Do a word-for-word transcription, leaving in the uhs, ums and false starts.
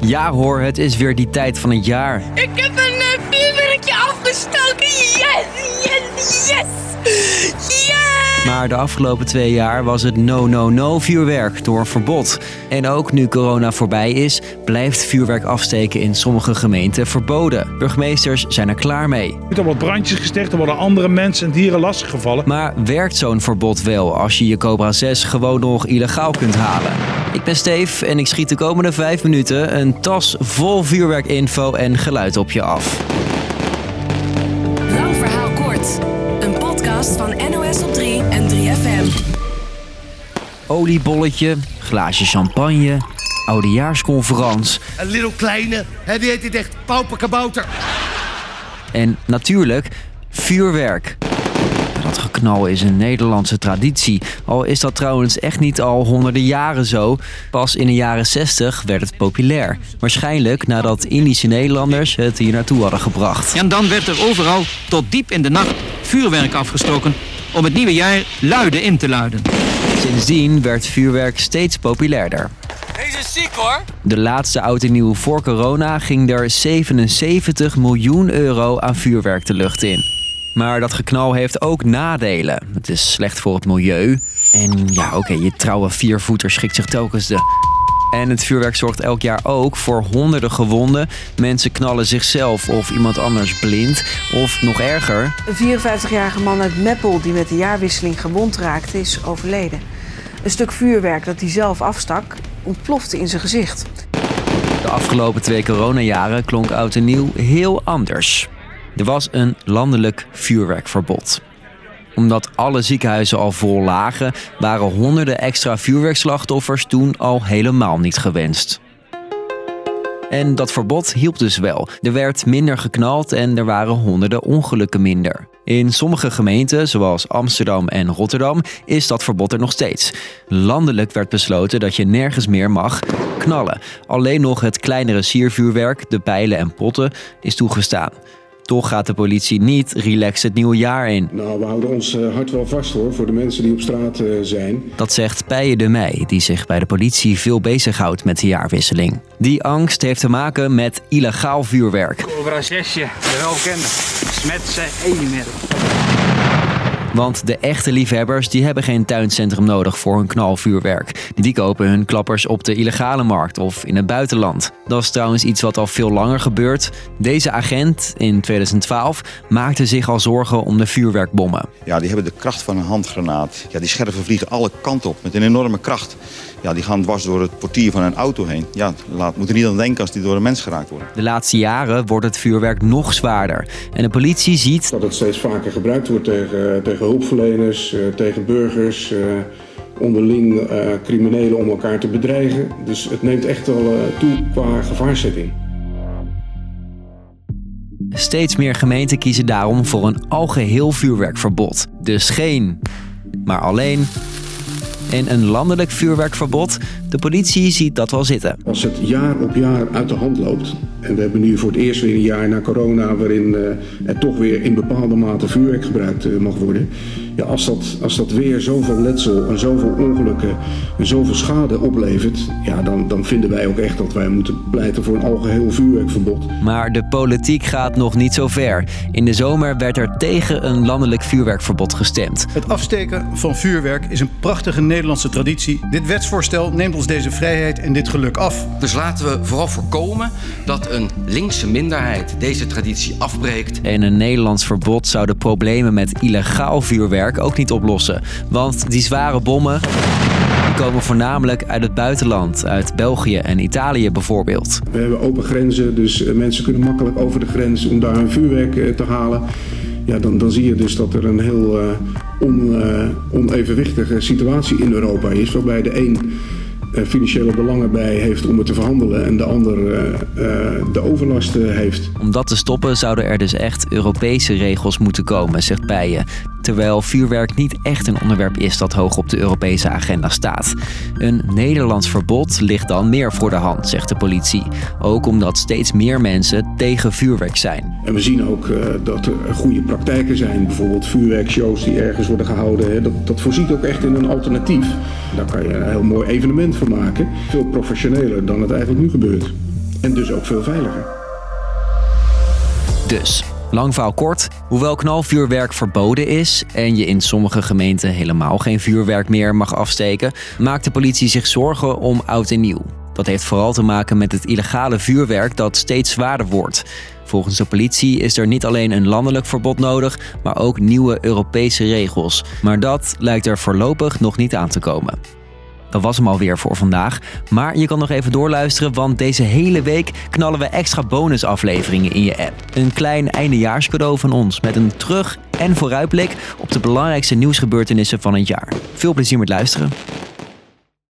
Ja hoor, het is weer die tijd van het jaar. Ik heb een uh, vuurwerkje afgestoken. Yes, yes, yes. Yes! Maar de afgelopen twee jaar was het no-no-no vuurwerk door verbod. En ook nu corona voorbij is, blijft vuurwerk afsteken in sommige gemeenten verboden. Burgemeesters zijn er klaar mee. Er worden brandjes gesticht, er worden andere mensen en dieren lastiggevallen. Maar werkt zo'n verbod wel als je je Cobra zes gewoon nog illegaal kunt halen? Ik ben Steef en ik schiet de komende vijf minuten een tas vol vuurwerkinfo en geluid op je af. Lang verhaal kort. Een podcast van N O S op drie en drie F M. Oliebolletje, glaasje champagne, oudejaarsconferentie. Een little kleine, hè, die heet dit echt pauperkabouter. En natuurlijk vuurwerk. Dat geknal is een Nederlandse traditie. Al is dat trouwens echt niet al honderden jaren zo. Pas in de jaren zestig werd het populair. Waarschijnlijk nadat Indische Nederlanders het hier naartoe hadden gebracht. En dan werd er overal tot diep in de nacht vuurwerk afgestoken om het nieuwe jaar luide in te luiden. Sindsdien werd vuurwerk steeds populairder. Deze is ziek hoor. De laatste oud en nieuw voor corona ging er zevenenzeventig miljoen euro aan vuurwerk de lucht in. Maar dat geknal heeft ook nadelen. Het is slecht voor het milieu. En ja, oké, okay, je trouwe viervoeter schikt zich telkens de... En het vuurwerk zorgt elk jaar ook voor honderden gewonden. Mensen knallen zichzelf of iemand anders blind. Of nog erger... Een vierenvijftigjarige man uit Meppel die met de jaarwisseling gewond raakte is overleden. Een stuk vuurwerk dat hij zelf afstak ontplofte in zijn gezicht. De afgelopen twee coronajaren klonk oud en nieuw heel anders. Er was een landelijk vuurwerkverbod. Omdat alle ziekenhuizen al vol lagen, waren honderden extra vuurwerkslachtoffers toen al helemaal niet gewenst. En dat verbod hielp dus wel. Er werd minder geknald en er waren honderden ongelukken minder. In sommige gemeenten, zoals Amsterdam en Rotterdam, is dat verbod er nog steeds. Landelijk werd besloten dat je nergens meer mag knallen. Alleen nog het kleinere siervuurwerk, de pijlen en potten, is toegestaan. Toch gaat de politie niet relaxed het nieuwe jaar in. Nou, we houden ons uh, hart wel vast hoor, voor de mensen die op straat uh, zijn. Dat zegt Pijen de Meij, die zich bij de politie veel bezighoudt met de jaarwisseling. Die angst heeft te maken met illegaal vuurwerk. Cobra zesje, de welkende. Smetse Elimer. Want de echte liefhebbers die hebben geen tuincentrum nodig voor hun knalvuurwerk. Die kopen hun klappers op de illegale markt of in het buitenland. Dat is trouwens iets wat al veel langer gebeurt. Deze agent in tweeduizend twaalf maakte zich al zorgen om de vuurwerkbommen. Ja, die hebben de kracht van een handgranaat. Ja, die scherven vliegen alle kanten op met een enorme kracht. Ja, die gaan dwars door het portier van een auto heen. Ja, laat, moet er niet aan denken als die door een mens geraakt worden. De laatste jaren wordt het vuurwerk nog zwaarder. En de politie ziet dat het steeds vaker gebruikt wordt tegen, tegen hulpverleners, tegen burgers, uh, onderling uh, criminelen om elkaar te bedreigen. Dus het neemt echt wel uh, toe qua gevaarzetting. Steeds meer gemeenten kiezen daarom voor een algeheel vuurwerkverbod. Dus geen, maar alleen... En een landelijk vuurwerkverbod, de politie ziet dat wel zitten. Als het jaar op jaar uit de hand loopt, en we hebben nu voor het eerst weer een jaar na corona waarin uh, er toch weer in bepaalde mate vuurwerk gebruikt uh, mag worden. Ja, als dat, als dat weer zoveel letsel en zoveel ongelukken en zoveel schade oplevert, ja, dan, dan vinden wij ook echt dat wij moeten pleiten voor een algeheel vuurwerkverbod. Maar de politiek gaat nog niet zo ver. In de zomer werd er tegen een landelijk vuurwerkverbod gestemd. Het afsteken van vuurwerk is een prachtige Nederlandse traditie. Dit wetsvoorstel neemt ons deze vrijheid en dit geluk af. Dus laten we vooral voorkomen dat een linkse minderheid deze traditie afbreekt. En een Nederlands verbod zou de problemen met illegaal vuurwerk ook niet oplossen. Want die zware bommen die komen voornamelijk uit het buitenland, uit België en Italië bijvoorbeeld. We hebben open grenzen, dus mensen kunnen makkelijk over de grens om daar hun vuurwerk te halen. Ja, dan, dan zie je dus dat er een heel uh, on, uh, onevenwichtige situatie in Europa is, waarbij de een uh, financiële belangen bij heeft om het te verhandelen en de ander uh, uh, de overlast uh, heeft. Om dat te stoppen zouden er dus echt Europese regels moeten komen, zegt Pijen. Terwijl vuurwerk niet echt een onderwerp is dat hoog op de Europese agenda staat. Een Nederlands verbod ligt dan meer voor de hand, zegt de politie. Ook omdat steeds meer mensen tegen vuurwerk zijn. En we zien ook uh, dat er goede praktijken zijn. Bijvoorbeeld vuurwerkshows die ergens worden gehouden. Hè. Dat, dat voorziet ook echt in een alternatief. Daar kan je een heel mooi evenement van maken. Veel professioneler dan het eigenlijk nu gebeurt. En dus ook veel veiliger. Dus, lang verhaal kort, hoewel knalvuurwerk verboden is en je in sommige gemeenten helemaal geen vuurwerk meer mag afsteken, maakt de politie zich zorgen om oud en nieuw. Dat heeft vooral te maken met het illegale vuurwerk dat steeds zwaarder wordt. Volgens de politie is er niet alleen een landelijk verbod nodig, maar ook nieuwe Europese regels. Maar dat lijkt er voorlopig nog niet aan te komen. Dat was hem alweer voor vandaag. Maar je kan nog even doorluisteren, want deze hele week knallen we extra bonusafleveringen in je app. Een klein eindejaarscadeau van ons met een terug- en vooruitblik op de belangrijkste nieuwsgebeurtenissen van het jaar. Veel plezier met luisteren.